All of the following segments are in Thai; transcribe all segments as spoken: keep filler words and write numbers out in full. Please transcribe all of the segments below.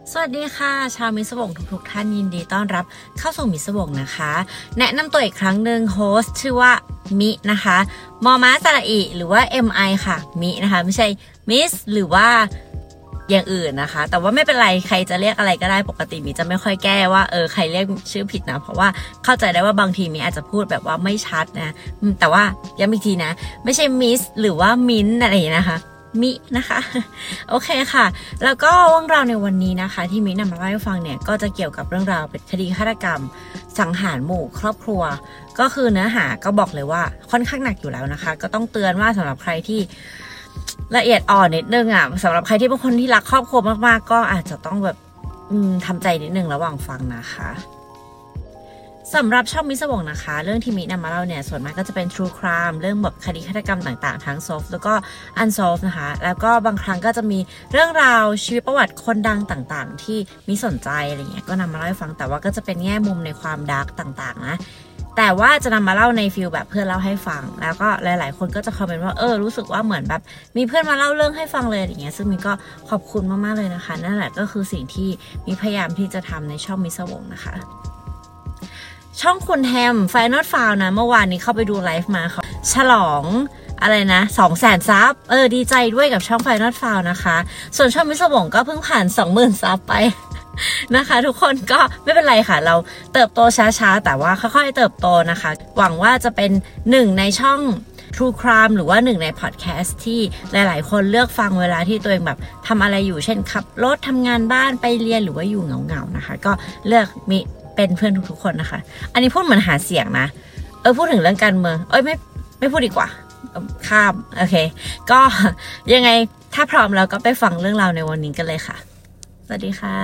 สวัสดีค่ะชาวมิสวงทุกๆท่านยินดีต้อนรับเข้าสู่มิสวงนะคะแนะนำตัวอีกครั้งหนึ่งโฮสต์ชื่อว่ามินะคะมอม้าสระอิหรือว่า เอ็ม ไอ ค่ะมินะคะไม่ใช่มิสหรือว่าอย่างอื่นนะคะแต่ว่าไม่เป็นไรใครจะเรียกอะไรก็ได้ปกติมิจะไม่ค่อยแก้ว่าเออใครเรียกชื่อผิดนะเพราะว่าเข้าใจได้ว่าบางทีมิอาจจะพูดแบบว่าไม่ชัดนะแต่ว่าย้ำอีกทีนะไม่ใช่มิสหรือว่ามินอะไรอย่างนี้นะคะมินะคะโอเคค่ะแล้วก็เรื่องราวในวันนี้นะคะที่มินำมาเล่าให้ฟังเนี่ยก็จะเกี่ยวกับเรื่องราวเป็นคดีฆาตกรรมสังหารหมู่ครอบครัวก็คือเนื้อหาก็บอกเลยว่าค่อนข้างหนักอยู่แล้วนะคะก็ต้องเตือนว่าสำหรับใครที่ละเอียดอ่อนนิดนึงอ่ะสำหรับใครที่เป็นคนที่รักครอบครัวมากๆก็อาจจะต้องแบบทำใจนิดนึงระหว่างฟังนะคะสำหรับช่องมิสวงนะคะเรื่องที่มินำมาเล่าเนี่ยส่วนมากก็จะเป็น true crime เรื่องแบบคดีฆาตกรรมต่างๆทั้ง solve แล้วก็ unsolved นะคะแล้วก็บางครั้งก็จะมีเรื่องราวชีวิตประวัติคนดังต่างๆที่มิสนใจอะไรเงี้ยก็นำมาเล่าให้ฟังแต่ว่าก็จะเป็นแง่มุมในความดาร์กต่างๆนะแต่ว่าจะนำมาเล่าในฟีลแบบเพื่อนเล่าให้ฟังแล้วก็หลายๆคนก็จะคอมเมนต์ว่าเออรู้สึกว่าเหมือนแบบมีเพื่อนมาเล่าเรื่องให้ฟังเลยอย่างเงี้ยซึ่งมิก็ขอบคุณมากๆเลยนะคะนั่นแหละก็คือสิ่งที่มิพยายามที่จะทำในช่องมิสวงนะคะช่องคุณแฮม Final File นะเมื่อวานนี้เข้าไปดูไลฟ์มาเขาฉลองอะไรนะ สองแสน ซับเออดีใจด้วยกับช่อง Final File นะคะส่วนช่องมิสวงก็เพิ่งผ่าน สองหมื่น ซับไปนะคะทุกคนก็ไม่เป็นไรค่ะเราเติบโตช้าๆแต่ว่าค่อยๆเติบโตนะคะหวังว่าจะเป็นหนึ่งในช่อง True Crime หรือว่าหนึ่งในพอดแคสต์ที่หลายๆคนเลือกฟังเวลาที่ตัวเองแบบทำอะไรอยู่เช่นขับรถทำงานบ้านไปเรียนหรือว่าอยู่เหงาๆนะคะก็เลือกมิเป็นเพื่อนทุกๆคนนะคะอันนี้พูดเหมือนหาเสียงนะเออพูดถึงเรื่องการเมืองเอ้ยไม่ไม่พูดดีกว่าข้ามโอเคก็ยังไงถ้าพร้อมแล้วก็ไปฟังเรื่องราวในวันนี้กันเลยค่ะสวัสดีค่ะ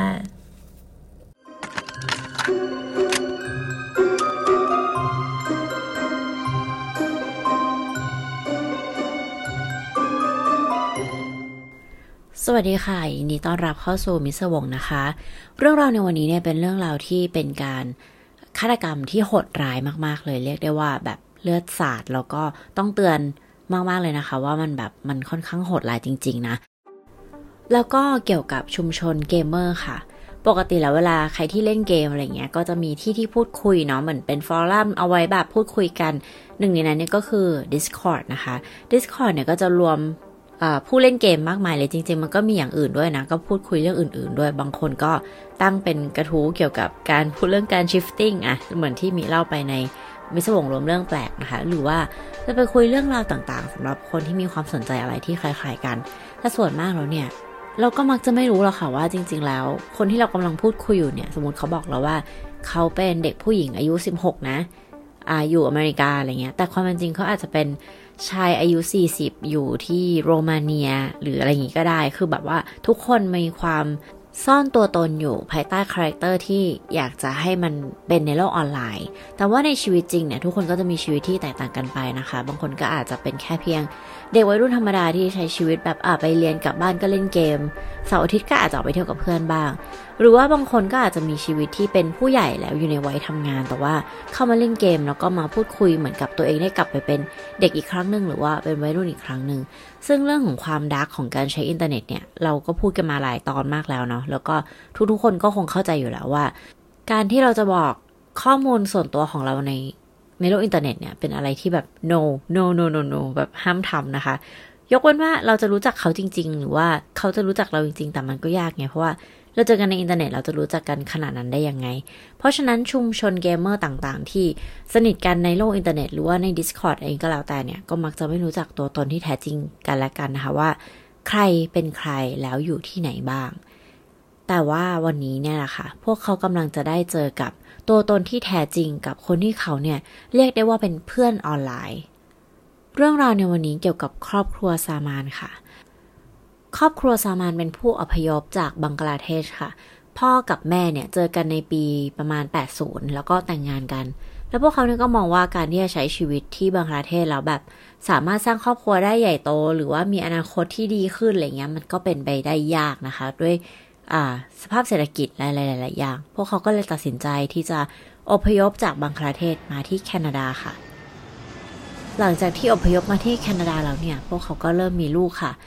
สวัสดีค่ะยินดีต้อนรับเข้าสู่มิสวงนะคะเรื่องราวในวันนี้เนี่ยเป็นเรื่องราวที่เป็นการฆาตกรรมที่โหดร้ายมากๆเลยเรียกได้ว่าแบบเลือดสาดแล้วก็ต้องเตือนมากๆเลยนะคะว่ามันแบบมันค่อนข้างโหดร้ายจริงๆนะแล้วก็เกี่ยวกับชุมชนเกมเมอร์ค่ะปกติแล้วเวลาใครที่เล่นเกมอะไรเงี้ยก็จะมีที่ที่พูดคุยเนาะเหมือนเป็นฟอรัมเอาไว้แบบพูดคุยกันหนึ่งในนั้นเนี่ยก็คือ Discord นะคะ Discord เนี่ยก็จะรวมผู้เล่นเกมมากมายเลยจริงๆมันก็มีอย่างอื่นด้วยนะก็พูดคุยเรื่องอื่นๆด้วยบางคนก็ตั้งเป็นกระทู้เกี่ยวกับการพูดเรื่องการ shifting อ่ะเหมือนที่มีเล่าไปในมิสวงรวมเรื่องแปลกนะคะหรือว่าจะไปคุยเรื่องราวต่างๆสำหรับคนที่มีความสนใจอะไรที่คล้ายๆกันแต่ส่วนมากแล้วเนี่ยเราก็มักจะไม่รู้หรอกค่ะว่าจริงๆแล้วคนที่เรากำลังพูดคุยอยู่เนี่ยสมมติเขาบอกเราว่าเขาเป็นเด็กผู้หญิงอายุสิบหกนะอ่าอยู่อเมริกาอะไรเงี้ยแต่ความเป็นจริงเขาอาจจะเป็นชายอายุสี่สิบอยู่ที่โรมาเนียหรืออะไรอย่างงี้ก็ได้คือแบบว่าทุกคนมีความซ่อนตัวตนอยู่ภายใต้คาแรคเตอร์ที่อยากจะให้มันเป็นในโลกออนไลน์แต่ว่าในชีวิตจริงเนี่ยทุกคนก็จะมีชีวิตที่แตกต่างกันไปนะคะบางคนก็อาจจะเป็นแค่เพียงเด็กวัยรุ่นธรรมดาที่ใช้ชีวิตแบบอ่ะไปเรียนกลับบ้านก็เล่นเกมเสาร์อาทิตย์ก็อาจจะออกไปเที่ยวกับเพื่อนบ้างหรือว่าบางคนก็อาจจะมีชีวิตที่เป็นผู้ใหญ่แล้วอยู่ในวัยทำงานแต่ว่าเข้ามาเล่นเกมแล้วก็มาพูดคุยเหมือนกับตัวเองได้กลับไปเป็นเด็กอีกครั้งนึงหรือว่าเป็นวัยรุ่นอีกครั้งนึงซึ่งเรื่องของความดาร์กของการใช้อินเทอร์เน็ตเนี่ยเราก็พูดกันมาหลายตอนมากแล้วเนาะแล้วก็ทุกๆคนก็คงเข้าใจอยู่แล้วว่าการที่เราจะบอกข้อมูลส่วนตัวของเราในในโลกอินเทอร์เน็ตเนี่ยเป็นอะไรที่แบบ no no no no no แบบห้ามทำนะคะยกเว้นว่าเราจะรู้จักเขาจริงๆหรือว่าเขาจะรู้จักเราจริงๆแต่มันก็ยากไงเพราะว่าเราเจอกันในอินเทอร์เน็ตเราจะรู้จักกันขนาดนั้นได้ยังไงเพราะฉะนั้นชุมชนเกมเมอร์ต่างๆที่สนิทกันในโลกอินเทอร์เน็ตหรือว่าใน Discord เองก็แล้วแต่เนี่ยก็มักจะไม่รู้จักตัวตนที่แท้จริงกันและกันนะคะว่าใครเป็นใครแล้วอยู่ที่ไหนบ้างแต่ว่าวันนี้เนี่ยแหละค่ะพวกเขากำลังจะได้เจอกับตัวตนที่แท้จริงกับคนที่เขาเนี่ยเรียกได้ว่าเป็นเพื่อนออนไลน์เรื่องราวในวันนี้เกี่ยวกับครอบครัวซามานค่ะครอบครัวซามานเป็นผู้อพยพจากบังกลาเทศค่ะพ่อกับแม่เนี่ยเจอกันในปีประมาณแปดสิบแล้วก็แต่งงานกันแล้วพวกเขาเนี่ยก็มองว่าการที่จะใช้ชีวิตที่บังกลาเทศแล้วแบบสามารถสร้างครอบครัวได้ใหญ่โตหรือว่ามีอนาคตที่ดีขึ้นอะไรเงี้ยมันก็เป็นไปได้ยากนะคะด้วยสภาพเศรษฐกิจหลายๆอย่างพวกเขาก็เลยตัดสินใจที่จะอพยพจากบังกลาเทศมาที่แคนาดาค่ะหลังจากที่อพยพมาที่แคนาดาแล้วเนี่ยพวกเขาก็เริ่มมีลูกค่ะ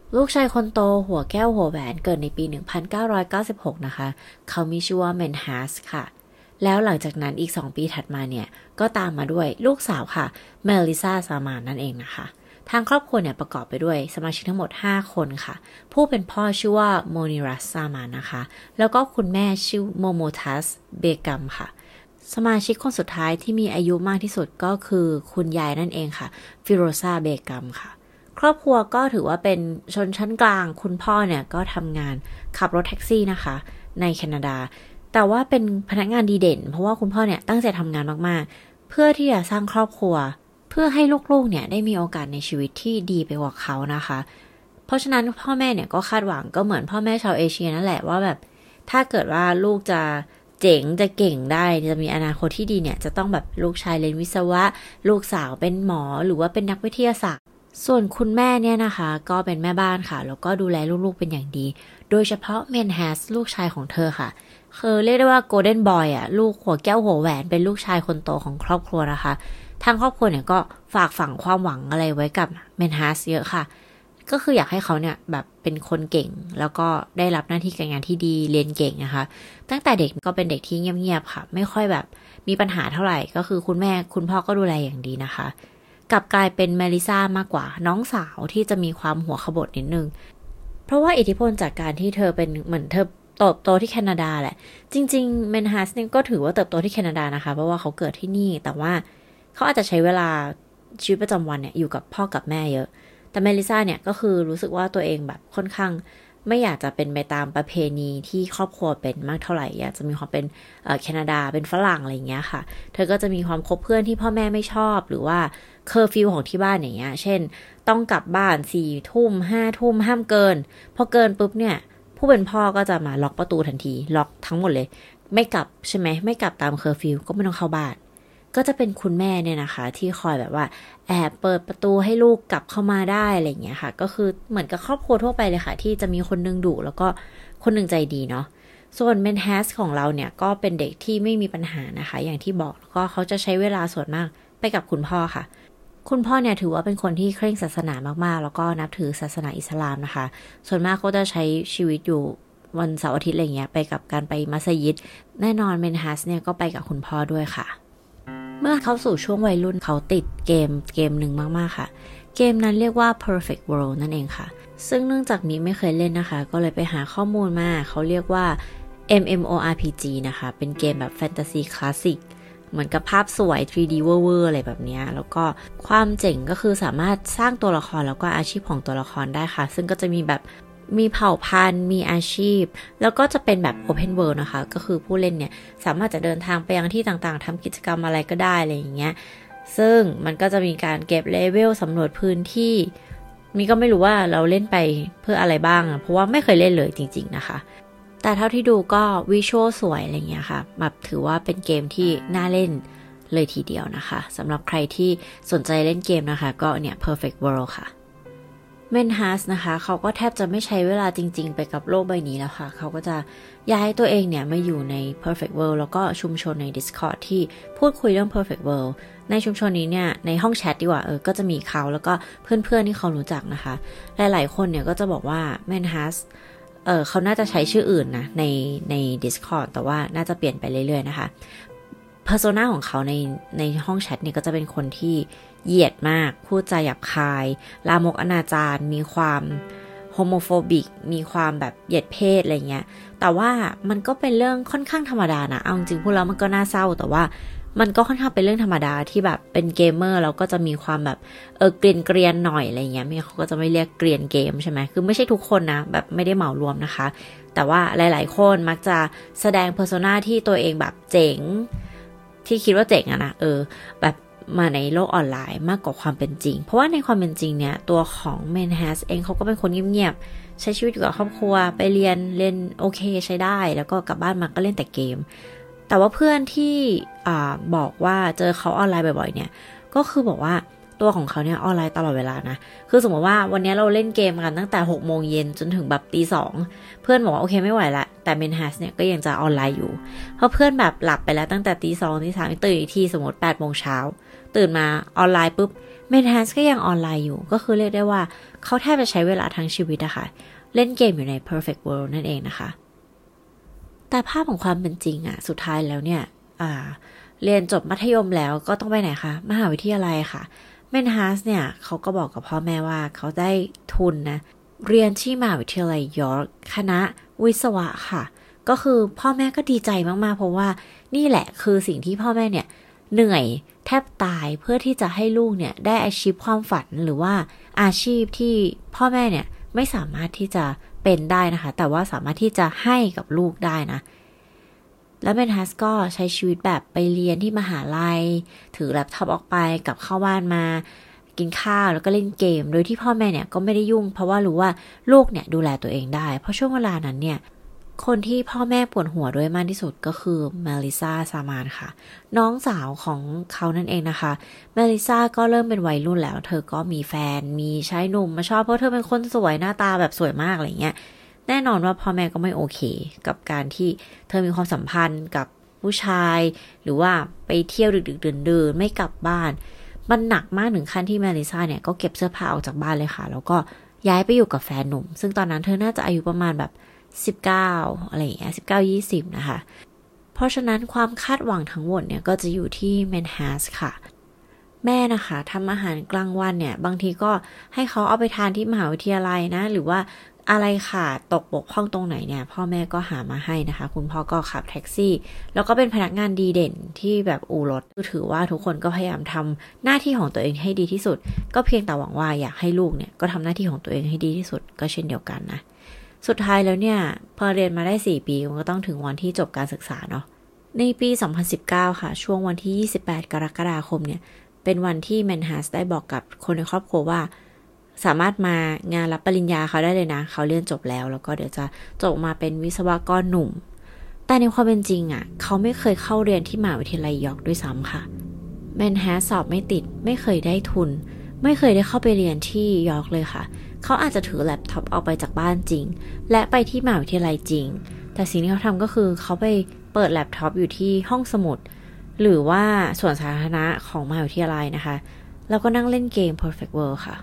ลูกชายคนโตหัวแก้วหัวแหวนเกิดในปี หนึ่งพันเก้าร้อยเก้าสิบหก นะคะเขามีชื่อว่าเมนฮัสค่ะแล้วหลังจากนั้นอีกสองปีถัดมาเนี่ยก็ตามมาด้วยลูกสาวค่ะเมลิซาซามานนั่นเองนะคะทางครอบครัวเนี่ยประกอบไปด้วยสมาชิกทั้งหมดห้าคนค่ะผู้เป็นพ่อชื่อว่าโมนิรัสซามานนะคะแล้วก็คุณแม่ชื่อโมโมทัสเบกัมค่ะสมาชิกคนสุดท้ายที่มีอายุมากที่สุดก็คือคุณยายนั่นเองค่ะฟิโรซาเบกัมค่ะครอบครัวก็ถือว่าเป็นชนชั้นกลางคุณพ่อเนี่ยก็ทำงานขับรถแท็กซี่นะคะในแคนาดาแต่ว่าเป็นพนักงานดีเด่นเพราะว่าคุณพ่อเนี่ยตั้งใจทำงานมากๆเพื่อที่จะสร้างครอบครัวเพื่อให้ลูกๆเนี่ยได้มีโอกาสในชีวิตที่ดีไปกว่าเขานะคะเพราะฉะนั้นพ่อแม่เนี่ยก็คาดหวังก็เหมือนพ่อแม่ชาวเอเชียนั่นแหละว่าแบบถ้าเกิดว่าลูกจะเจ๋งจะเก่งได้จะมีอนาคตที่ดีเนี่ยจะต้องแบบลูกชายเรียนวิศวะลูกสาวเป็นหมอหรือว่าเป็นนักวิทยาศาสตร์ส่วนคุณแม่เนี่ยนะคะก็เป็นแม่บ้านค่ะแล้วก็ดูแลลูกๆเป็นอย่างดีโดยเฉพาะเมนฮัสลูกชายของเธอค่ะคือเรียกได้ว่าโกลเด้นบอยอ่ะลูกหัวแก้วหัวแหวนเป็นลูกชายคนโตของครอบครัวนะคะทางครอบครัวเนี่ยก็ฝากฝังความหวังอะไรไว้กับเมนฮัสเยอะค่ะก็คืออยากให้เขาเนี่ยแบบเป็นคนเก่งแล้วก็ได้รับหน้าที่การงานที่ดีเรียนเก่งนะคะตั้งแต่เด็กก็เป็นเด็กที่เงียบๆค่ะไม่ค่อยแบบมีปัญหาเท่าไหร่ก็คือคุณแม่คุณพ่อก็ดูแลอย่างดีนะคะกลับกลายเป็นเมลิซามากกว่าน้องสาวที่จะมีความหัวขบถนิดนึงเพราะว่าอิทธิพลจากการที่เธอเป็นเหมือนเธอเติบโตที่แคนาดาแหละจริงๆเมนฮัสเนี่ยก็ถือว่าเติบโตที่แคนาดานะคะเพราะว่าเขาเกิดที่นี่แต่ว่าเขาอาจจะใช้เวลาชีวิตประจำวันเนี่ยอยู่กับพ่อกับแม่เยอะแต่เมลิซาเนี่ยก็คือรู้สึกว่าตัวเองแบบค่อนข้างไม่อยากจะเป็นไปตามประเพณีที่ครอบครัวเป็นมากเท่าไหร่อยากจะมีความเป็นเอ่อแคนาดาเป็นฝรั่งอะไรอย่างเงี้ยค่ะเธอก็จะมีความคบเพื่อนที่พ่อแม่ไม่ชอบหรือว่าเคอร์ฟิวของที่บ้านอย่างเงี้ยเช่นต้องกลับบ้านสี่ทุ่มห้าทุ่มห้ามเกินพอเกินปุ๊บเนี่ยผู้เป็นพ่อก็จะมาล็อกประตูทันทีล็อกทั้งหมดเลยไม่กลับใช่ไหมไม่กลับตามเคอร์ฟิวก็ไม่ต้องเข้าบ้านก็จะเป็นคุณแม่เนี่ยนะคะที่คอยแบบว่าแอบเปิดประตูให้ลูกกลับเข้ามาได้อะไรอย่างเงี้ยค่ะก็คือเหมือนกับครอบครัวทั่วไปเลยค่ะที่จะมีคนนึงดุแล้วก็คนนึงใจดีเนาะส่วนเมนฮัสของเราเนี่ยก็เป็นเด็กที่ไม่มีปัญหานะคะอย่างที่บอกแล้วก็เขาจะใช้เวลาส่วนมากไปกับคุณพ่อค่ะคุณพ่อเนี่ยถือว่าเป็นคนที่เคร่งศาสนามากๆแล้วก็นับถือศาสนาอิสลามนะคะส่วนมากก็จะใช้ชีวิตอยู่วันเสาร์อาทิตย์อะไรเงี้ยไปกับการไปมัสยิดแน่นอนเมนฮัสเนี่ยก็ไปกับคุณพ่อด้วยค่ะเมื่อเขาสู่ช่วงวัยรุ่นเขาติดเกมเกมหนึ่งมากๆค่ะเกมนั้นเรียกว่า Perfect World นั่นเองค่ะซึ่งเนื่องจากนี้ไม่เคยเล่นนะคะก็เลยไปหาข้อมูลมาเขาเรียกว่า เอ็ม เอ็ม โอ อาร์ พี จี นะคะเป็นเกมแบบแฟนตาซีคลาสสิกเหมือนกับภาพสวย ทรี ดี เวอร์ๆอะไรแบบนี้แล้วก็ความเจ๋งก็คือสามารถสร้างตัวละครแล้วก็อาชีพของตัวละครได้ค่ะซึ่งก็จะมีแบบมีเผ่าพันธุ์มีอาชีพแล้วก็จะเป็นแบบ Open World นะคะก็คือผู้เล่นเนี่ยสามารถจะเดินทางไปยังที่ต่างๆทำกิจกรรมอะไรก็ได้อะไรอย่างเงี้ยซึ่งมันก็จะมีการเก็บเลเวลสำรวจพื้นที่มีก็ไม่รู้ว่าเราเล่นไปเพื่ออะไรบ้างเพราะว่าไม่เคยเล่นเลยจริงๆนะคะแต่เท่าที่ดูก็วิชวลสวยอะไรเงี้ยค่ะแบบถือว่าเป็นเกมที่น่าเล่นเลยทีเดียวนะคะสำหรับใครที่สนใจเล่นเกมนะคะก็เนี่ย Perfect World ค่ะเมนฮัสนะคะเขาก็แทบจะไม่ใช้เวลาจริงๆไปกับโลกใบนี้แล้วค่ะเขาก็จะย้ายตัวเองเนี่ยมาอยู่ใน Perfect World แล้วก็ชุมชนใน Discord ที่พูดคุยเรื่อง Perfect World ในชุมชนนี้เนี่ยในห้องแชทดีกว่าเออก็จะมีเขาแล้วก็เพื่อนๆที่เขารู้จักนะคะหลายๆคนเนี่ยก็จะบอกว่าเมนฮัสเออเขาน่าจะใช้ชื่ออื่นนะในใน Discord แต่ว่าน่าจะเปลี่ยนไปเรื่อยๆนะคะเพอร์โซนาของเขาในในห้องแชทเนี่ยก็จะเป็นคนที่เหยียดมากพูดจาหยาบคายลามกอนาจารมีความโฮโมโฟบิกมีความแบบเหยียดเพศอะไรเงี้ยแต่ว่ามันก็เป็นเรื่องค่อนข้างธรรมดานะเอาจริงๆพูดแล้วมันก็น่าเศร้าแต่ว่ามันก็ค่อนข้างเป็นเรื่องธรรมดาที่แบบเป็นเกมเมอร์แล้วก็จะมีความแบบเออเกรียนเกรียนหน่อยอะไรเงี้ยไม่เขาก็จะไม่เรียกเกรียนเกมใช่ไหมคือไม่ใช่ทุกคนนะแบบไม่ได้เหมารวมนะคะแต่ว่าหลายๆคนมักจะแสดงเพอร์โซนาที่ตัวเองแบบเจ๋งที่คิดว่าเจ๋งอะนะเออแบบมาในโลกออนไลน์มากกว่าความเป็นจริงเพราะว่าในความเป็นจริงเนี่ยตัวของเมนฮัสเองเขาก็เป็นคนเงียบๆใช้ชีวิตอยู่กับครอบครัวไปเรียนเรียนโอเคใช้ได้แล้วก็กลับบ้านมาก็เล่นแต่เกมแต่ว่าเพื่อนที่อ่าบอกว่าเจอเขาออนไลน์บ่อยๆเนี่ยก็คือบอกว่าตัวของเขาเนี่ยออนไลน์ตลอดเวลานะคือสมมติว่าวันนี้เราเล่นเกมกันตั้งแต่หกโมงเย็นจนถึงแบบตีสองเพื่อนบอกว่าโอเคไม่ไหวละแต่เมนฮัสเนี่ยก็ยังจะออนไลน์อยู่เพราะเพื่อนแบบหลับไปแล้วตั้งแต่ตีสองตีสามตื่นอีกทีสมมติแปดโมงเช้าตื่นมาออนไลน์ปุ๊บเมนฮัสก็ยังออนไลน์อยู่ก็คือเรียกได้ว่าเขาแทบจะใช้เวลาทั้งชีวิตอะค่ะเล่นเกมอยู่ใน perfect world นั่นเองนะคะแต่ภาพของความเป็นจริงอะสุดท้ายแล้วเนี่ยอ่าเรียนจบมัธยมแล้วก็ต้องไปไหนคะมหาวิทยาลัยค่ะเมนฮัสเนี่ยเขาก็บอกกับพ่อแม่ว่าเขาได้ทุนนะเรียนที่มหาวิทยาลัยยอร์กคณะวิศวะค่ะก็คือพ่อแม่ก็ดีใจมากๆเพราะว่านี่แหละคือสิ่งที่พ่อแม่เนี่ยเหนื่อยแทบตายเพื่อที่จะให้ลูกเนี่ยได้อาชีพความฝันหรือว่าอาชีพที่พ่อแม่เนี่ยไม่สามารถที่จะเป็นได้นะคะแต่ว่าสามารถที่จะให้กับลูกได้นะแล้วเมนฮัสก็ใช้ชีวิตแบบไปเรียนที่มหาลัยถือแล็ปท็อปออกไปกลับเข้าบ้านมากินข้าวแล้วก็เล่นเกมโดยที่พ่อแม่เนี่ยก็ไม่ได้ยุ่งเพราะว่ารู้ว่าลูกเนี่ยดูแลตัวเองได้เพราะช่วงเวลานั้นเนี่ยคนที่พ่อแม่ปวดหัวด้วยมากที่สุดก็คือเมลิซาซามานค่ะน้องสาวของเขานั่นเองนะคะเมลิซาก็เริ่มเป็นวัยรุ่นแล้วเธอก็มีแฟนมีชายหนุ่มมาชอบเพราะเธอเป็นคนสวยหน้าตาแบบสวยมากอะไรเงี้ยแน่นอนว่าพ่อแม่ก็ไม่โอเคกับการที่เธอมีความสัมพันธ์กับผู้ชายหรือว่าไปเที่ยวดึกๆดื่นๆไม่กลับบ้านมันหนักมากถึงขั้นที่เมลิซาเนี่ยก็เก็บเสื้อผ้าออกจากบ้านเลยค่ะแล้วก็ย้ายไปอยู่กับแฟนหนุ่มซึ่งตอนนั้นเธอน่าจะอายุประมาณแบบสิบเก้าอะไรอย่างเงี้ยสิบเก้า ยี่สิบนะคะเพราะฉะนั้นความคาดหวังทั้งหมดเนี่ยก็จะอยู่ที่เมนฮัสค่ะแม่นะคะทำอาหารกลางวันเนี่ยบางทีก็ให้เขาเอาไปทานที่มหาวิทยาลัยนะหรือว่าอะไรขาดตกบกพร่องตรงไหนเนี่ยพ่อแม่ก็หามาให้นะคะคุณพ่อก็ขับแท็กซี่แล้วก็เป็นพนักงานดีเด่นที่แบบอู่รถถือว่าทุกคนก็พยายามทำหน้าที่ของตัวเองให้ดีที่สุดก็เพียงแต่หวังว่าอยากให้ลูกเนี่ยก็ทำหน้าที่ของตัวเองให้ดีที่สุดก็เช่นเดียวกันนะสุดท้ายแล้วเนี่ยพอเรียนมาได้สี่ปีมันก็ต้องถึงวันที่จบการศึกษาเนาะในปีสองพันสิบเก้าค่ะช่วงวันที่ยี่สิบแปดกรกฎาคมเนี่ยเป็นวันที่แมนฮัสได้บอกกับคนในครอบครัวว่าสามารถมางานรับปริญญาเขาได้เลยนะเขาเรียนจบแล้วแล้วก็เดี๋ยวจะจบมาเป็นวิศวกรหนุ่มแต่ในความเป็นจริงอ่ะเขาไม่เคยเข้าเรียนที่มหาวิทยาลัยยอร์กด้วยซ้ำค่ะแมนฮัสสอบไม่ติดไม่เคยได้ทุนไม่เคยได้เข้าไปเรียนที่ยอร์กเลยค่ะเขาอาจจะถือแล็ปท็อปออกไปจากบ้านจริงและไปที่มหาวิทยาลัยจริงแต่สิ่งที่เขาทำก็คือเขาไปเปิดแล็ปท็อปอยู่ที่ห้องสมุดหรือว่าสวนสาธารณะของมหาวิทยาลัยนะคะแล้วก็นั่งเล่นเกม Perfect World ค่ะ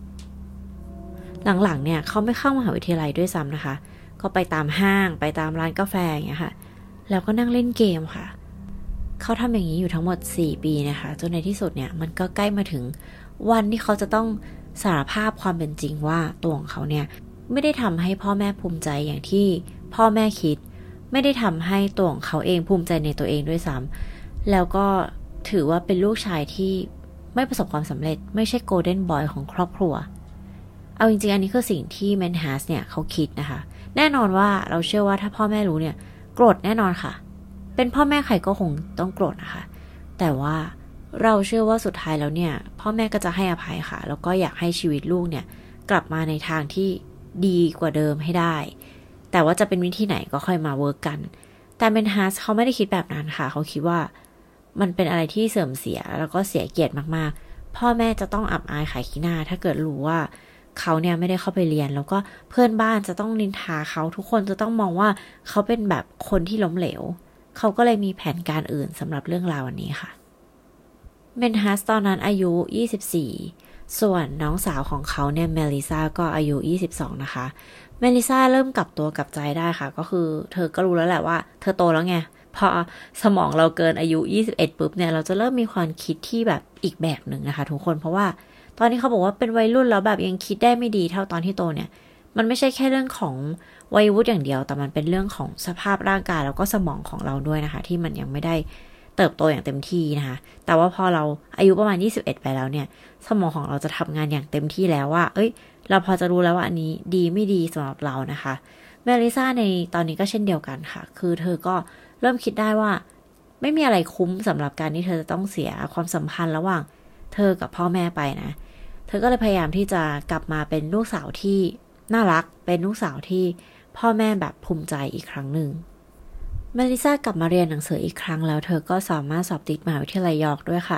หลังๆเนี่ยเขาไม่เข้ามหาวิทยาลัยด้วยซ้ำนะคะก็ไปตามห้างไปตามร้านกาแฟอย่างเงี้ยค่ะแล้วก็นั่งเล่นเกมค่ะเขาทำอย่างนี้อยู่ทั้งหมดสี่ปีนะคะจนในที่สุดเนี่ยมันก็ใกล้มาถึงวันที่เขาจะต้องสารภาพความเป็นจริงว่าตัวของเขาเนี่ยไม่ได้ทำให้พ่อแม่ภูมิใจอย่างที่พ่อแม่คิดไม่ได้ทำให้ตัวของเขาเองภูมิใจในตัวเองด้วยซ้ำแล้วก็ถือว่าเป็นลูกชายที่ไม่ประสบความสำเร็จไม่ใช่โกลเด้นบอยของครอบครัวเอาจริงๆอันนี้คือสิ่งที่แมนฮัสเนี่ยเขาคิดนะคะแน่นอนว่าเราเชื่อว่าถ้าพ่อแม่รู้เนี่ยโกรธแน่นอนค่ะเป็นพ่อแม่ใครก็คงต้องโกรธนะคะแต่ว่าเราเชื่อว่าสุดท้ายแล้วเนี่ยพ่อแม่ก็จะให้อภัยค่ะแล้วก็อยากให้ชีวิตลูกเนี่ยกลับมาในทางที่ดีกว่าเดิมให้ได้แต่ว่าจะเป็นวิธีไหนก็ค่อยมาเวิร์กกันแต่แมนฮัสเขาไม่ได้คิดแบบนั้นค่ะเขาคิดว่ามันเป็นอะไรที่เสื่อมเสียแล้วก็เสียเกียรติมากๆพ่อแม่จะต้องอับอายขายขี้หน้าถ้าเกิดรู้ว่าเขาเนี่ยไม่ได้เข้าไปเรียนแล้วก็เพื่อนบ้านจะต้องนินทาเขาทุกคนจะต้องมองว่าเขาเป็นแบบคนที่ล้มเหลวเขาก็เลยมีแผนการอื่นสำหรับเรื่องราววันนี้ค่ะเมนฮัสตอนนั้นอายุยี่สิบสี่ส่วนน้องสาวของเขาเนี่ยเมลิซาก็อายุยี่สิบสองนะคะเมลิซาเริ่มกลับตัวกลับใจได้ค่ะก็คือเธอก็รู้แล้วแหละว่าเธอโตแล้วไงพอสมองเราเกินอายุยี่สิบเอ็ดปุ๊บเนี่ยเราจะเริ่มมีความคิดที่แบบอีกแบบหนึ่งนะคะทุกคนเพราะว่าตอนนี้เขาบอกว่าเป็นวัยรุ่นแล้วแบบยังคิดได้ไม่ดีเท่าตอนที่โตเนี่ยมันไม่ใช่แค่เรื่องของวัยวุฒิอย่างเดียวแต่มันเป็นเรื่องของสภาพร่างกายแล้วก็สมองของเราด้วยนะคะที่มันยังไม่ได้เติบโตอย่างเต็มที่นะคะแต่ว่าพอเราอายุประมาณยี่สิบเอ็ดไปแล้วเนี่ยสมองของเราจะทำงานอย่างเต็มที่แล้วว่าเอ้ยเราพอจะรู้แล้วว่าอันนี้ดีไม่ดีสำหรับเรานะคะเมลิซาในตอนนี้ก็เช่นเดียวกันค่ะคือเธอก็เริ่มคิดได้ว่าไม่มีอะไรคุ้มสำหรับการที่เธอจะต้องเสียความสัมพันธ์ระหว่างเธอกับพ่อแม่ไปนะเธอก็เลยพยายามที่จะกลับมาเป็นลูกสาวที่น่ารักเป็นลูกสาวที่พ่อแม่แบบภูมิใจอีกครั้งหนึ่งเมลิซากลับมาเรียนหนังสืออีกครั้งแล้วเธอก็สามารถสอบติดมหาวิทยาลัยยอร์กด้วยค่ะ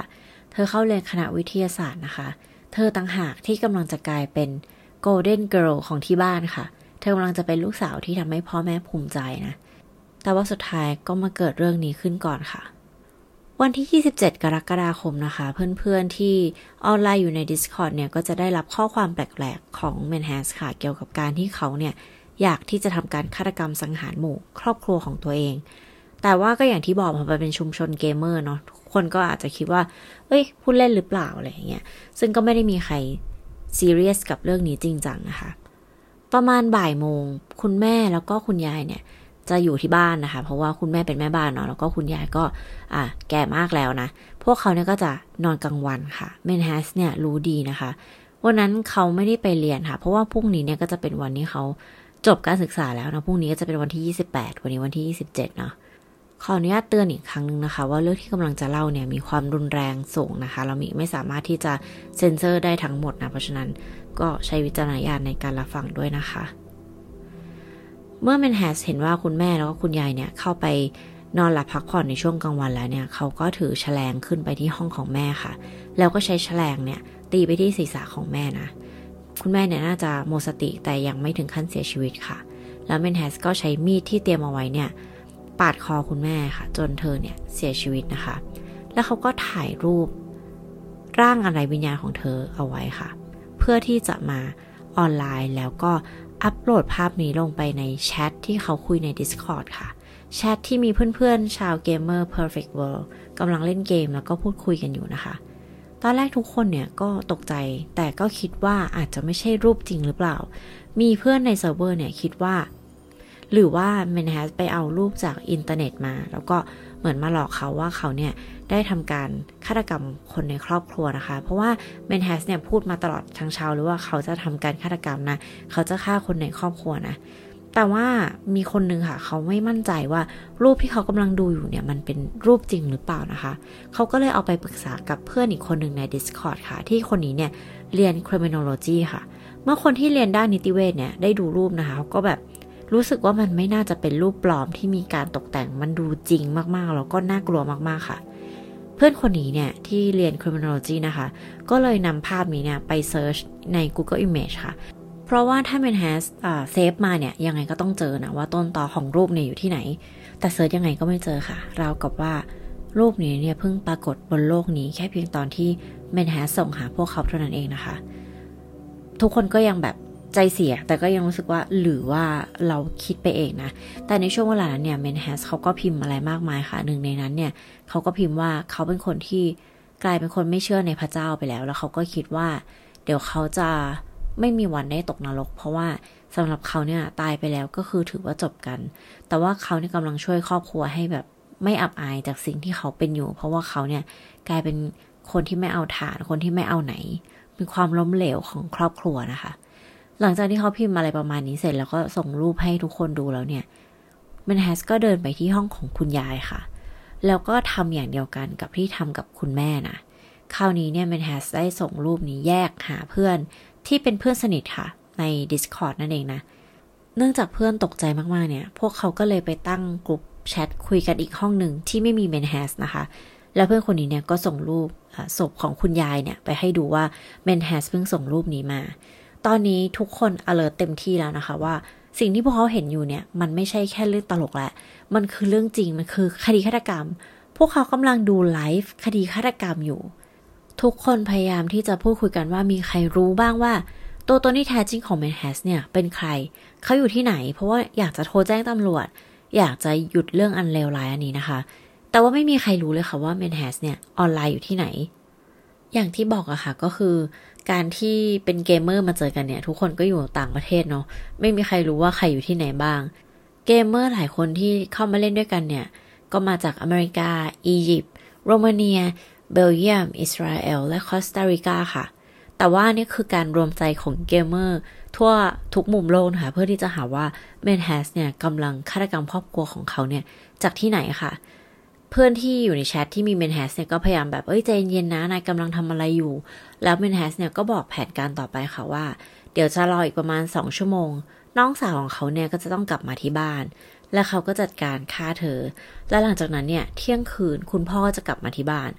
เธอเข้าเรียนคณะวิทยาศาสตร์นะคะเธอต่างหากที่กำลังจะกลายเป็น Golden Girl ของที่บ้านค่ะเธอกำลังจะเป็นลูกสาวที่ทำให้พ่อแม่ภูมิใจนะแต่ว่าสุดท้ายก็มาเกิดเรื่องนี้ขึ้นก่อนค่ะวันที่ยี่สิบเจ็ดกรกฎาคมนะคะเพื่อนๆที่ออนไลน์อยู่ใน Discord เนี่ยก็จะได้รับข้อความแปลกๆของ Manhas ค่ะเกี่ยวกับการที่เขาเนี่ยอยากที่จะทำการฆาตกรรมสังหารหมู่ครอบครัวของตัวเองแต่ว่าก็อย่างที่บอกพอเป็นชุมชนเกมเมอร์เนาะทุกคนก็อาจจะคิดว่าเอ้ยพูดเล่นหรือเปล่าอะไรอย่างเงี้ยซึ่งก็ไม่ได้มีใครซีเรียสกับเรื่องนี้จริงจังนะคะประมาณบ่ายโมงคุณแม่แล้วก็คุณยายเนี่ยจะอยู่ที่บ้านนะคะเพราะว่าคุณแม่เป็นแม่บ้านเนาะแล้วก็คุณยายก็อ่ะแก่มากแล้วนะพวกเขาเนี่ยก็จะนอนกลางวันค่ะเมนแฮสเนี่ยรู้ดีนะคะวันนั้นเขาไม่ได้ไปเรียนค่ะเพราะว่าพรุ่งนี้เนี่ยก็จะเป็นวันที่เขาจบการศึกษาแล้วนะพรุ่งนี้ก็จะเป็นวันที่ยี่สิบแปดวันนี้วันที่ยี่สิบเจ็ดเนาะขออนุญาตเตือนอีกครั้งนึงนะคะว่าเรื่องที่กำลังจะเล่าเนี่ยมีความรุนแรงสูงนะคะเราไม่สามารถที่จะเซ็นเซอร์ได้ทั้งหมดนะเพราะฉะนั้นก็ใช้วิจารณญาณในการรับฟังด้วยนะคะเมื่อแมนแฮสเห็นว่าคุณแม่แล้วก็คุณยายเนี่ยเข้าไปนอนหลับพักผ่อนในช่วงกลางวันแล้วเนี่ยเขาก็ถือแฉลงขึ้นไปที่ห้องของแม่ค่ะแล้วก็ใช้แฉลงเนี่ยตีไปที่ศีรษะของแม่นะคุณแม่เนี่ยน่าจะหมดสติแต่ยังไม่ถึงขั้นเสียชีวิตค่ะแล้วแมนแฮสก็ใช้มีดที่เตรียมเอาไว้เนี่ยปาดคอคุณแม่ค่ะจนเธอเนี่ยเสียชีวิตนะคะแล้วเขาก็ถ่ายรูปร่างอะไรวิญญาณของเธอเอาไว้ค่ะเพื่อที่จะมาออนไลน์แล้วก็อัปโหลดภาพนี้ลงไปในแชทที่เขาคุยใน Discord ค่ะแชทที่มีเพื่อนๆชาว Gamer Perfect World กำลังเล่นเกมแล้วก็พูดคุยกันอยู่นะคะตอนแรกทุกคนเนี่ยก็ตกใจแต่ก็คิดว่าอาจจะไม่ใช่รูปจริงหรือเปล่ามีเพื่อนในเซิร์ฟเวอร์เนี่ยคิดว่าหรือว่า Manhas ไปเอารูปจากอินเทอร์เน็ตมาแล้วก็เหมือนมาหลอกเขาว่าเขาเนี่ยได้ทำการฆาตกรรมคนในครอบครัวนะคะเพราะว่า Manhas เนี่ยพูดมาตลอดทั้งเช้าหรือว่าเขาจะทำการฆาตกรรมนะเขาจะฆ่าคนในครอบครัวนะแต่ว่ามีคนนึงค่ะเขาไม่มั่นใจว่ารูปที่เขากำลังดูอยู่เนี่ยมันเป็นรูปจริงหรือเปล่านะคะเขาก็เลยเอาไปปรึกษากับเพื่อนอีกคนหนึ่งใน Discord ค่ะที่คนนี้เนี่ยเรียน Criminology ค่ะเมื่อคนที่เรียนด้านนิติเวชเนี่ยได้ดูรูปนะคะเขาก็แบบรู้สึกว่ามันไม่น่าจะเป็นรูปปลอมที่มีการตกแต่งมันดูจริงมากๆแล้วก็น่ากลัวมากๆค่ะเพื่อนคนนี้เนี่ยที่เรียน Criminology นะคะก็เลยนำภาพนี้เนี่ยไปเซิร์ชใน Google Image ค่ะเพราะว่าถ้า Manhas อ่าเซฟมาเนี่ยยังไงก็ต้องเจอนะว่าต้นตอของรูปเนี่ยอยู่ที่ไหนแต่เซิร์ชยังไงก็ไม่เจอค่ะราวกับว่ารูปนี้เนี่ยเพิ่งปรากฏบนโลกนี้แค่เพียงตอนที่ Manhas ส่งหาพวกเขาเท่านั้นเองนะคะทุกคนก็ยังแบบใจเสียแต่ก็ยังรู้สึกว่าหรือว่าเราคิดไปเองนะแต่ในช่วงเวลานั้นเนี่ย Manhas เขาก็พิมพ์อะไรมากมายค่ะหนึ่งในนั้นเนี่ยเขาก็พิมพ์ว่าเขาเป็นคนที่กลายเป็นคนไม่เชื่อในพระเจ้าไปแล้วแล้วเขาก็คิดว่าเดี๋ยวเขาจะไม่มีวันได้ตกนรกเพราะว่าสำหรับเขาเนี่ยตายไปแล้วก็คือถือว่าจบกันแต่ว่าเขาเนี่ยกำลังช่วยครอบครัวให้แบบไม่อับอายจากสิ่งที่เขาเป็นอยู่เพราะว่าเขาเนี่ยกลายเป็นคนที่ไม่เอาฐานคนที่ไม่เอาไหนมีความล้มเหลวของครอบครัวนะคะหลังจากที่เขาพิมพ์อะไรประมาณนี้เสร็จแล้วก็ส่งรูปให้ทุกคนดูแล้วเนี่ยManhasก็เดินไปที่ห้องของคุณยายค่ะแล้วก็ทำอย่างเดียวกันกับที่ทำกับคุณแม่นะคราวนี้เนี่ยManhasได้ส่งรูปนี้แยกหาเพื่อนที่เป็นเพื่อนสนิทค่ะใน Discord นั่นเองนะเนื่องจากเพื่อนตกใจมากๆเนี่ยพวกเขาก็เลยไปตั้งกลุ่มแชทคุยกันอีกห้องหนึ่งที่ไม่มีManhasนะคะแล้วเพื่อนคนนี้เนี่ยก็ส่งรูปศพของคุณยายเนี่ยไปให้ดูว่าManhasเพิ่งส่งรูปนี้มาตอนนี้ทุกคน alert เต็มที่แล้วนะคะว่าสิ่งที่พวกเขาเห็นอยู่เนี่ยมันไม่ใช่แค่เรื่องตลกแหละมันคือเรื่องจริงมันคือคดีฆาตกรรมพวกเขากำลังดูไลฟ์คดีฆาตกรรมอยู่ทุกคนพยายามที่จะพูดคุยกันว่ามีใครรู้บ้างว่าตัวตนที่แท้จริงของManhasเนี่ยเป็นใครเขาอยู่ที่ไหนเพราะว่าอยากจะโทรแจ้งตำรวจอยากจะหยุดเรื่องอันเลวร้ายอันนี้นะคะแต่ว่าไม่มีใครรู้เลยค่ะว่าManhasเนี่ยออนไลน์อยู่ที่ไหนอย่างที่บอกอะค่ะก็คือการที่เป็นเกมเมอร์มาเจอกันเนี่ยทุกคนก็อยู่ต่างประเทศเนาะไม่มีใครรู้ว่าใครอยู่ที่ไหนบ้างเกมเมอร์หลายคนที่เข้ามาเล่นด้วยกันเนี่ยก็มาจากอเมริกาอียิปต์โรมาเนียเบลเยียมอิสราเอลและคอสตาริกาค่ะแต่ว่านี่คือการรวมใจของเกมเมอร์ทั่วทุกมุมโลกนะคะเพื่อที่จะหาว่าManhasเนี่ยกำลังฆาตกรรมครอบครัวของเขาเนี่ยจากที่ไหนค่ะเพื่อนที่อยู่ในแชทที่มีManhasเนี่ยก็พยายามแบบเอ้ยใจเย็นๆนะนายกำลังทำอะไรอยู่แล้วManhasเนี่ยก็บอกแผนการต่อไปค่ะว่าเดี๋ยวจะรออีกประมาณสองชั่วโมงน้องสาวของเขาเนี่ยก็จะต้องกลับมาที่บ้านและเขาก็จัดการฆ่าเธอและหลังจากนั้นเนี่ยเที่ยงคืนคุณพ่อจะกลับมาที่บ้าน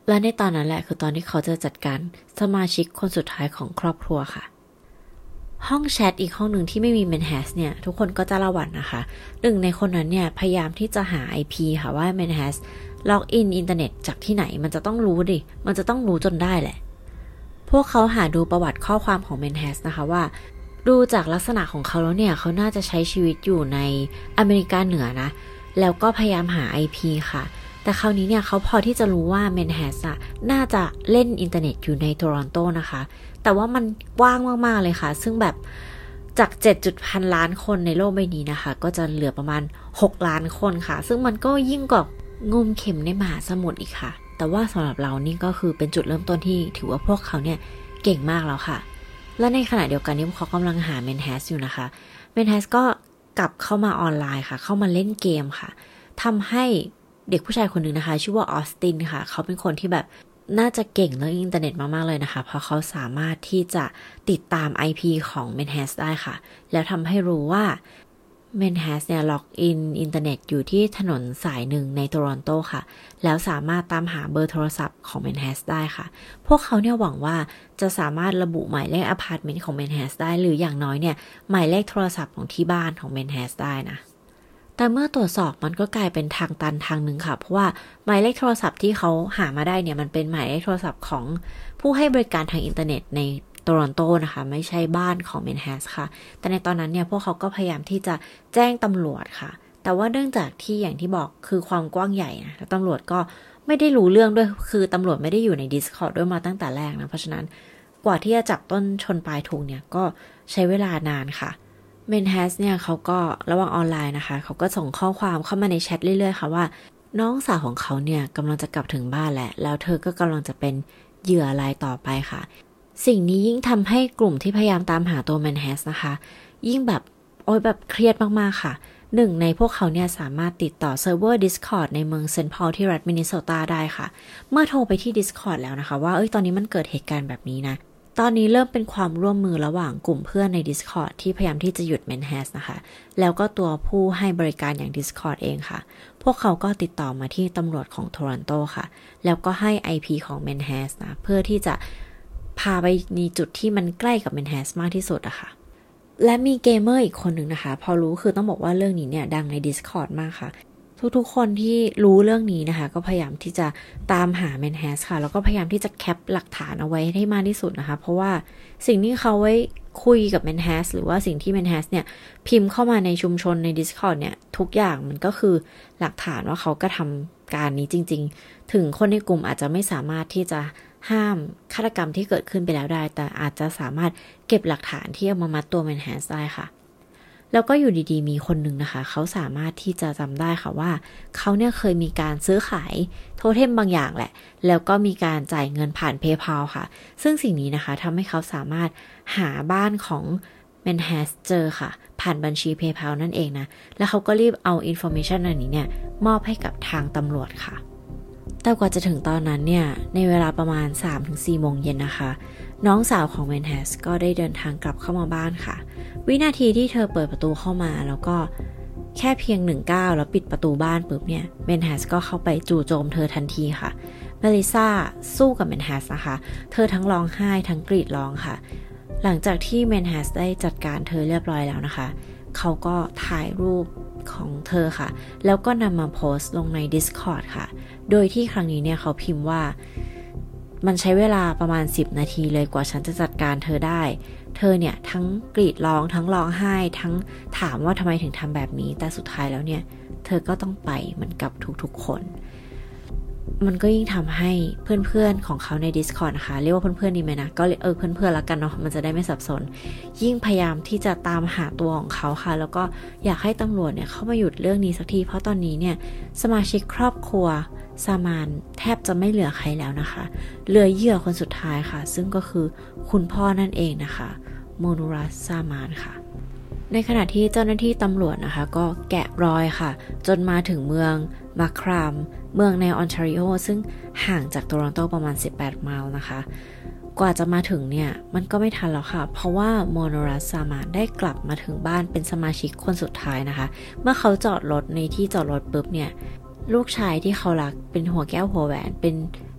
และในตอนนั้นแหละคือตอนที่เขาจะจัดการสมาชิกคนสุดท้ายของครอบครัวค่ะห้องแชทอีกห้องหนึ่งที่ไม่มีเมนแฮสเนี่ยทุกคนก็จะระหวั่นนะคะหนึ่งในคนนั้นเนี่ยพยายามที่จะหา ไอ พี ค่ะว่าเมนแฮสล็อกอินอินเทอร์เน็ตจากที่ไหนมันจะต้องรู้ดิมันจะต้องรู้จนได้แหละพวกเขาหาดูประวัติข้อความของเมนแฮสนะคะว่าดูจากลักษณะของเขาแล้วเนี่ยเขาน่าจะใช้ชีวิตอยู่ในอเมริกาเหนือนะแล้วก็พยายามหา ไอ พี ค่ะแต่คราวนี้เนี่ยเขาพอที่จะรู้ว่าเมนแฮสอะน่าจะเล่นอินเทอร์เน็ตอยู่ในโตรอนโตนะคะแต่ว่ามันกว้างมากๆเลยค่ะซึ่งแบบจาก เจ็ดจุดพันล้านคนในโลกใบนี้นะคะก็จะเหลือประมาณหกล้านคนค่ะซึ่งมันก็ยิ่งกว่างมเข็มในมหาสมุทรอีกค่ะแต่ว่าสำหรับเรานี่ก็คือเป็นจุดเริ่มต้นที่ถือว่าพวกเขาเนี่ยเก่งมากแล้วค่ะและในขณะเดียวกันที่พวกเขากำลังหาเมนแฮสอยู่นะคะเมนแฮสก็กลับเข้ามาออนไลน์ค่ะเข้ามาเล่นเกมค่ะทำให้เด็กผู้ชายคนหนึ่งนะคะชื่อว่าออสตินค่ะเขาเป็นคนที่แบบน่าจะเก่งเรื่องอินเทอร์เน็ตมากๆเลยนะคะเพราะเขาสามารถที่จะติดตาม ไอ พี ของ Manhattan ได้ค่ะแล้วทำให้รู้ว่า Manhattan เนี่ยล็อกอินอินเทอร์เน็ตอยู่ที่ถนนสายหนึ่งในโตรอนโตค่ะแล้วสามารถตามหาเบอร์โทรศัพท์ของ Manhattan ได้ค่ะพวกเขาเนี่ยหวังว่าจะสามารถระบุหมายเลขอพาร์ตเมนต์ของ Manhattan ได้หรืออย่างน้อยเนี่ยหมายเลขโทรศัพท์ของที่บ้านของ Manhattan ได้นะแต่เมื่อตรวจสอบมันก็กลายเป็นทางตันทางหนึ่งค่ะเพราะว่าหมายเลขโทรศัพท์ที่เขาหามาได้เนี่ยมันเป็นหมายเลขโทรศัพท์ของผู้ให้บริการทางอินเทอร์เน็ตในโตรอนโตนะคะไม่ใช่บ้านของเมนแฮสค่ะแต่ในตอนนั้นเนี่ยพวกเขาก็พยายามที่จะแจ้งตำรวจค่ะแต่ว่าเนื่องจากที่อย่างที่บอกคือความกว้างใหญ่นะแล้วตำรวจก็ไม่ได้รู้เรื่องด้วยคือตำรวจไม่ได้อยู่ใน Discord ด้วยมาตั้งแต่แรกนะเพราะฉะนั้นกว่าที่จะจับต้นชนปลายถูกเนี่ยก็ใช้เวลานานค่ะเมนแฮสเนี่ยเขาก็ระหว่างออนไลน์นะคะเขาก็ส่งข้อความเข้ามาในแชทเรื่อยๆค่ะว่าน้องสาวของเขาเนี่ยกำลังจะกลับถึงบ้านแหละแล้วเธอก็กำลังจะเป็นเหยื่อรายต่อไปค่ะสิ่งนี้ยิ่งทำให้กลุ่มที่พยายามตามหาตัวแมนแฮสนะคะยิ่งแบบโอ๊ยแบบเครียดมากๆค่ะหนึ่งในพวกเขาเนี่ยสามารถติดต่อเซิร์ฟเวอร์ Discord ในเมืองเซนต์พอลที่รัฐมินนิโซตาได้ค่ะเมื่อโทรไปที่ Discord แล้วนะคะว่าเอ้ยตอนนี้มันเกิดเหตุการณ์แบบนี้นะตอนนี้เริ่มเป็นความร่วมมือระหว่างกลุ่มเพื่อนใน Discord ที่พยายามที่จะหยุด Manhattan นะคะแล้วก็ตัวผู้ให้บริการอย่าง Discord เองค่ะพวกเขาก็ติดต่อมาที่ตำรวจของโตรอนโตค่ะแล้วก็ให้ ไอ พี ของ Manhattan นะเพื่อที่จะพาไปในจุดที่มันใกล้กับ Manhattan มากที่สุดอะค่ะและมีเกมเมอร์อีกคนหนึ่งนะคะพอรู้คือต้องบอกว่าเรื่องนี้เนี่ยดังใน Discord มากค่ะทุกๆคนที่รู้เรื่องนี้นะคะก็พยายามที่จะตามหา Manhattan ค่ะแล้วก็พยายามที่จะแคปหลักฐานเอาไว้ให้มากที่สุดนะคะเพราะว่าสิ่งที่เขาไว้คุยกับ Manhattan หรือว่าสิ่งที่ Manhattan เนี่ยพิมพ์เข้ามาในชุมชนใน Discord เนี่ยทุกอย่างมันก็คือหลักฐานว่าเขาก็ทำการนี้จริงๆถึงคนในกลุ่มอาจจะไม่สามารถที่จะห้ามฆาตกรรมที่เกิดขึ้นไปแล้วได้แต่อาจจะสามารถเก็บหลักฐานที่เอามามัดตัว Manhattan ได้ค่ะแล้วก็อยู่ดีๆมีคนหนึ่งนะคะเขาสามารถที่จะจำได้ค่ะว่าเขาเนี่ยเคยมีการซื้อขายโทเทมบางอย่างแหละแล้วก็มีการจ่ายเงินผ่าน PayPal ค่ะซึ่งสิ่งนี้นะคะทำให้เขาสามารถหาบ้านของแมนแฮสเจอค่ะผ่านบัญชี PayPal นั่นเองนะแล้วเขาก็รีบเอา information อันนี้เนี่ยมอบให้กับทางตำรวจค่ะแต่กว่าจะถึงตอนนั้นเนี่ยในเวลาประมาณ สามถึงสี่ โมงเย็นนะคะน้องสาวของแมนแฮสก็ได้เดินทางกลับเข้ามาบ้านค่ะวินาทีที่เธอเปิดประตูเข้ามาแล้วก็แค่เพียงหนึ่งก้าวแล้วปิดประตูบ้านปุ๊บเนี่ยแมนแฮสก็เข้าไปจู่โจมเธอทันทีค่ะเมลิซาสู้กับแมนแฮสนะคะเธอทั้งร้องไห้ทั้งกรีดร้องค่ะหลังจากที่แมนแฮสได้จัดการเธอเรียบร้อยแล้วนะคะเขาก็ถ่ายรูปของเธอค่ะแล้วก็นำมาโพสต์ลงใน Discord ค่ะโดยที่ครั้งนี้เนี่ยเขาพิมพ์ว่ามันใช้เวลาประมาณสิบนาทีเลยกว่าฉันจะจัดการเธอได้เธอเนี่ยทั้งกรีดร้องทั้งร้องไห้ทั้งถามว่าทำไมถึงทำแบบนี้แต่สุดท้ายแล้วเนี่ยเธอก็ต้องไปเหมือนกับทุกๆคนมันก็ยิ่งทำให้เพื่อนๆของเขาใน Discord นะคะเรียกว่าเพื่อนๆดีไหมนะก็เออเพื่อนๆแล้วกันเนาะมันจะได้ไม่สับสนยิ่งพยายามที่จะตามหาตัวของเขาค่ะแล้วก็อยากให้ตำรวจเนี่ยเข้ามาหยุดเรื่องนี้สักทีเพราะตอนนี้เนี่ยสมาชิกครอบครัวซามานแทบจะไม่เหลือใครแล้วนะคะเหลือเหยื่อคนสุดท้ายค่ะซึ่งก็คือคุณพ่อนั่นเองนะคะโมนูรัสซามานค่ะในขณะที่เจ้าหน้าที่ตำรวจนะคะก็แกะรอยค่ะจนมาถึงเมืองมาครามเมืองในออนแทรีโอซึ่งห่างจากโตรอนโตประมาณสิบแปดไมล์นะคะกว่าจะมาถึงเนี่ยมันก็ไม่ทันแล้วค่ะเพราะว่าโมโนรัสซามานได้กลับมาถึงบ้านเป็นสมาชิกคนสุดท้ายนะคะเมื่อเขาจอดรถในที่จอดรถปุ๊บเนี่ยลูกชายที่เขารักเป็นหัวแก้วหัวแหวนเป็น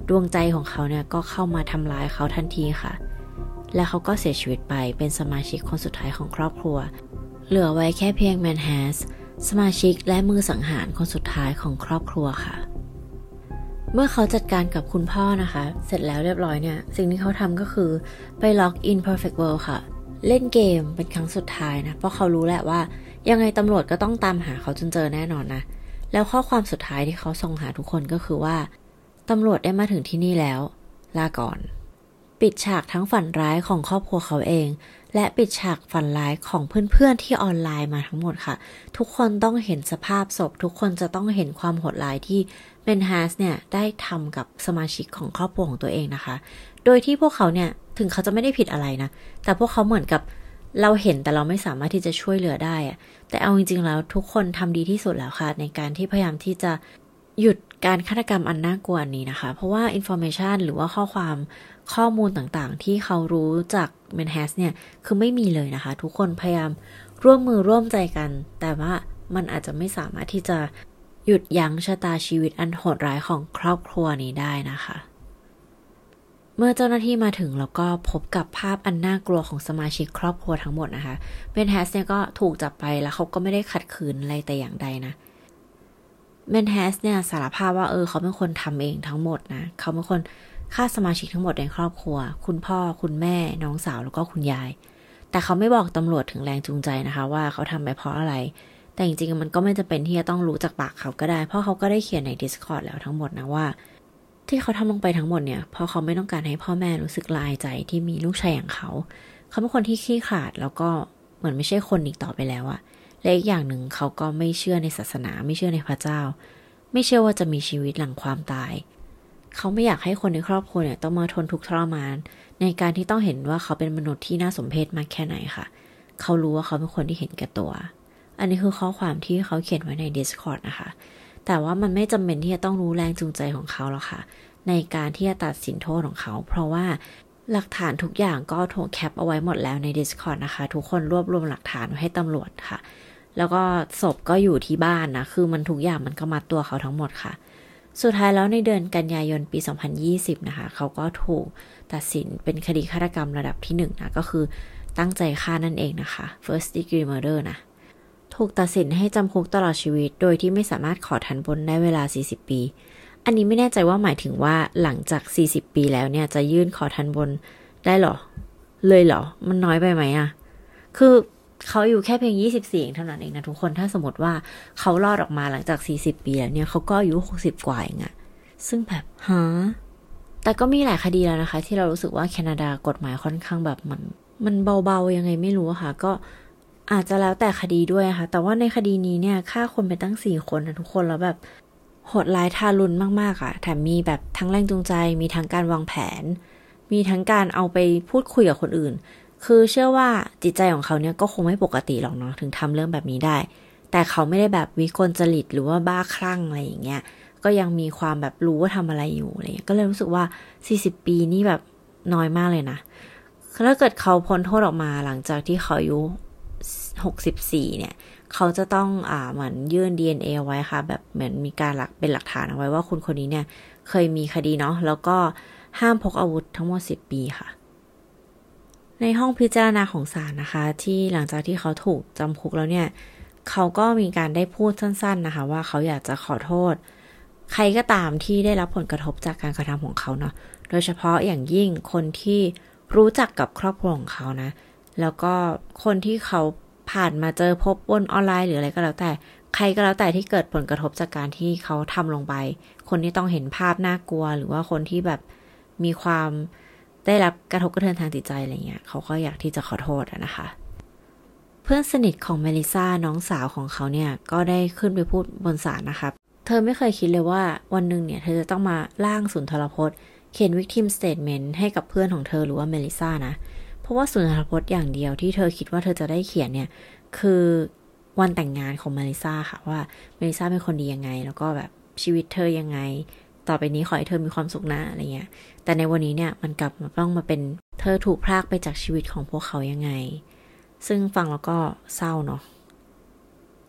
ดวงใจของเขาเนี่ยก็เข้ามาทำร้ายเขาทันทีค่ะและเขาก็เสียชีวิตไปเป็นสมาชิกคนสุดท้ายของครอบครัวเหลือไว้แค่เพียงแมนแฮสสมาชิกและมือสังหารคนสุดท้ายของครอบครัวค่ะเมื่อเขาจัดการกับคุณพ่อนะคะเสร็จแล้วเรียบร้อยเนี่ยสิ่งที่เขาทำก็คือไปล็อก in perfect world ค่ะเล่นเกมเป็นครั้งสุดท้ายนะเพราะเขารู้แหละว่ายังไงตำรวจก็ต้องตามหาเขาจนเจอแน่นอนนะแล้วข้อความสุดท้ายที่เขาส่งหาทุกคนก็คือว่าตำรวจได้มาถึงที่นี่แล้วลาก่อนปิดฉากทั้งฝันร้ายของครอบครัวเขาเองและปิดฉากฝันร้ายของเพื่อนๆที่ออนไลน์มาทั้งหมดค่ะทุกคนต้องเห็นสภาพศพทุกคนจะต้องเห็นความโหดร้ายที่เบนฮาสเนี่ยได้ทำกับสมาชิกของครอบครัวของตัวเองนะคะโดยที่พวกเขาเนี่ยถึงเขาจะไม่ได้ผิดอะไรนะแต่พวกเขาเหมือนกับเราเห็นแต่เราไม่สามารถที่จะช่วยเหลือได้อะแต่เอาจริงๆแล้วทุกคนทำดีที่สุดแล้วค่ะในการที่พยายามที่จะหยุดการฆาตกรรมอันน่ากลัวนี้นะคะเพราะว่าอินโฟเมชันหรือว่าข้อความข้อมูลต่างๆที่เขารู้จากแมนแฮสเนี่ยคือไม่มีเลยนะคะทุกคนพยายามร่วมมือร่วมใจกันแต่ว่ามันอาจจะไม่สามารถที่จะหยุดยั้งชะตาชีวิตอันโหดร้ายของครอบครัวนี้ได้นะคะเมื่อเจ้าหน้าที่มาถึงแล้วก็พบกับภาพอันน่ากลัวของสมาชิกครอบครัวทั้งหมดนะคะเบนแฮสเนี่ยก็ถูกจับไปแล้วเขาก็ไม่ได้ขัดขืนอะไรแต่อย่างใดนะเบนแฮสเนี่ยสารภาพว่าเออเขาเป็นคนทำเองทั้งหมดนะเขาเป็นคนฆ่าสมาชิกทั้งหมดในครอบครัวคุณพ่อคุณแม่น้องสาวแล้วก็คุณยายแต่เขาไม่บอกตำรวจถึงแรงจูงใจนะคะว่าเขาทำไปเพราะอะไรแต่จริงๆมันก็ไม่จำเป็นที่จะต้องรู้จากปากเขาก็ได้เพราะเขาก็ได้เขียนใน Discord แล้วทั้งหมดนะว่าที่เขาทำลงไปทั้งหมดเนี่ยเพราะเขาไม่ต้องการให้พ่อแม่รู้สึกละอายใจที่มีลูกชายอย่างเขาเขาเป็นคนที่ขี้ขลาดแล้วก็เหมือนไม่ใช่คนอีกต่อไปแล้วอะและอีกอย่างหนึ่งเขาก็ไม่เชื่อในศาสนาไม่เชื่อในพระเจ้าไม่เชื่อว่าจะมีชีวิตหลังความตายเขาไม่อยากให้คนในครอบครัวเนี่ยต้องมาทนทุกข์ทรมานในการที่ต้องเห็นว่าเขาเป็นมนุษย์ที่น่าสมเพชมากแค่ไหนค่ะเขารู้ว่าเขาเป็นคนที่เห็นแก่ตัวอันนี้คือข้อความที่เขาเขียนไว้ใน Discord นะคะแต่ว่ามันไม่จำเป็นที่จะต้องรู้แรงจูงใจของเขาหรอกค่ะในการที่จะตัดสินโทษของเขาเพราะว่าหลักฐานทุกอย่างก็ถูกแคปเอาไว้หมดแล้วใน Discord นะคะทุกคนรวบรวมหลักฐานไว้ให้ตำรวจค่ะแล้วก็ศพก็อยู่ที่บ้านนะคือมันทุกอย่างมันก็มัดตัวเขาทั้งหมดค่ะสุดท้ายแล้วในเดือนกันยายนปีสองพันยี่สิบนะคะเขาก็ถูกตัดสินเป็นคดีฆาตกรรมระดับที่หนึ่งนะก็คือตั้งใจฆ่านั่นเองนะคะ first degree murder นะถูกตัดสินให้จำคุกตลอดชีวิตโดยที่ไม่สามารถขอทันบนได้เวลาสี่สิบปีอันนี้ไม่แน่ใจว่าหมายถึงว่าหลังจากสี่สิบปีแล้วเนี่ยจะยื่นขอทันบนได้หรอเลยเหรอมันน้อยไปไหมอะคือเขาอยู่แค่เพียงยี่สิบสี่เท่านั้นเองนะทุกคนถ้าสมมติว่าเขารอดออกมาหลังจากสี่สิบปีแล้วเนี่ยเขาก็อายุหกสิบกว่าเองอะซึ่งแบบฮะแต่ก็มีหลายคดีแล้วนะคะที่เรารู้สึกว่าแคนาดากฎหมายค่อนข้างแบบมันมันเบาๆยังไงไม่รู้ค่ะก็อาจจะแล้วแต่คดีด้วยค่ะแต่ว่าในคดีนี้เนี่ยฆ่าคนไปตั้งสี่คนนะทุกคนแล้วแบบโหดร้ายทารุณมากๆอ่ะแถมมีแบบทั้งแรงจูงใจมีทั้งการวางแผนมีทั้งการเอาไปพูดคุยกับคนอื่นคือเชื่อว่าจิตใจของเขาเนี่ยก็คงไม่ปกติหรอกเนาะถึงทำเรื่องแบบนี้ได้แต่เขาไม่ได้แบบวิกลจริตหรือว่าบ้าคลั่งอะไรอย่างเงี้ยก็ยังมีความแบบรู้ว่าทำอะไรอยู่อะไรเงี้ยก็เลยรู้สึกว่าสี่สิบปีนี่แบบน้อยมากเลยนะถ้าเกิดเขาพ้นโทษออกมาหลังจากที่เขาอายุหกสิบสี่เนี่ยเขาจะต้องอ่าเหมือนยื่น ดี เอ็น เอ ไว้ค่ะแบบเหมือนมีการหลักเป็นหลักฐานเอาไว้ว่าคุณคนนี้เนี่ยเคยมีคดีเนาะแล้วก็ห้ามพกอาวุธทั้งหมดสิบปีค่ะในห้องพิจารณาของศาลนะคะที่หลังจากที่เขาถูกจำคุกแล้วเนี่ยเขาก็มีการได้พูดสั้นๆนะคะว่าเขาอยากจะขอโทษใครก็ตามที่ได้รับผลกระทบจากการกระทำของเขาเนาะโดยเฉพาะอย่างยิ่งคนที่รู้จักกับครอบครัวของเขานะแล้วก็คนที่เขาผ่านมาเจอพบบนออนไลน์หรืออะไรก็แล้วแต่ใครก็แล้วแต่ที่เกิดผลกระทบจากการที่เขาทำลงไปคนที่ต้องเห็นภาพน่ากลัวหรือว่าคนที่แบบมีความได้รับกระทบกระเทือนทางจิตใจอะไรเงี้ยเขาก็อยากที่จะขอโทษนะคะเพื่อนสนิทของเมลิซาน้องสาวของเขาเนี่ยก็ได้ขึ้นไปพูดบนศาลนะคะเธอไม่เคยคิดเลยว่าวันหนึ่งเนี่ยเธอจะต้องมาร่างสุนทรพจน์เขียน victim statement ให้กับเพื่อนของเธอหรือว่าเมลิซานะเพราะว่าสุนทรพจน์อย่างเดียวที่เธอคิดว่าเธอจะได้เขียนเนี่ยคือวันแต่งงานของเมลิซาค่ะว่าเมลิซาเป็นคนดียังไงแล้วก็แบบชีวิตเธอยังไงต่อไปนี้ขอให้เธอมีความสุขนะอะไรเงี้ยแต่ในวันนี้เนี่ยมันกลับมาต้องมาเป็นเธอถูกพรากไปจากชีวิตของพวกเขายังไงซึ่งฟังแล้วก็เศร้าเนาะ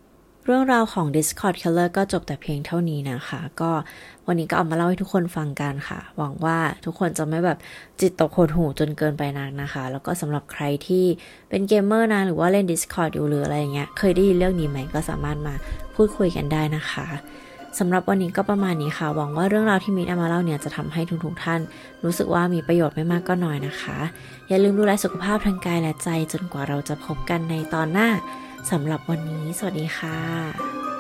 เรื่องราวของ Discord Killer ก็จบแต่เพียงเท่านี้นะคะก็วันนี้ก็เอามาเล่าให้ทุกคนฟังกันค่ะหวังว่าทุกคนจะไม่แบบจิตตกหดหู่จนเกินไปนักนะคะแล้วก็สำหรับใครที่เป็นเกมเมอร์นะหรือว่าเล่น Discord อยู่หรืออะไรอย่างเงี้ยเคยได้ยินเรื่องนี้ไหมก็สามารถมาพูดคุยกันได้นะคะสำหรับวันนี้ก็ประมาณนี้ค่ะหวังว่าเรื่องราวที่มีเอามาเล่าเนี่ยจะทำให้ทุกๆท่านรู้สึกว่ามีประโยชน์ไม่มากก็น้อยนะคะอย่าลืมดูแลสุขภาพทางกายและใจจนกว่าเราจะพบกันในตอนหน้าสำหรับวันนี้สวัสดีค่ะ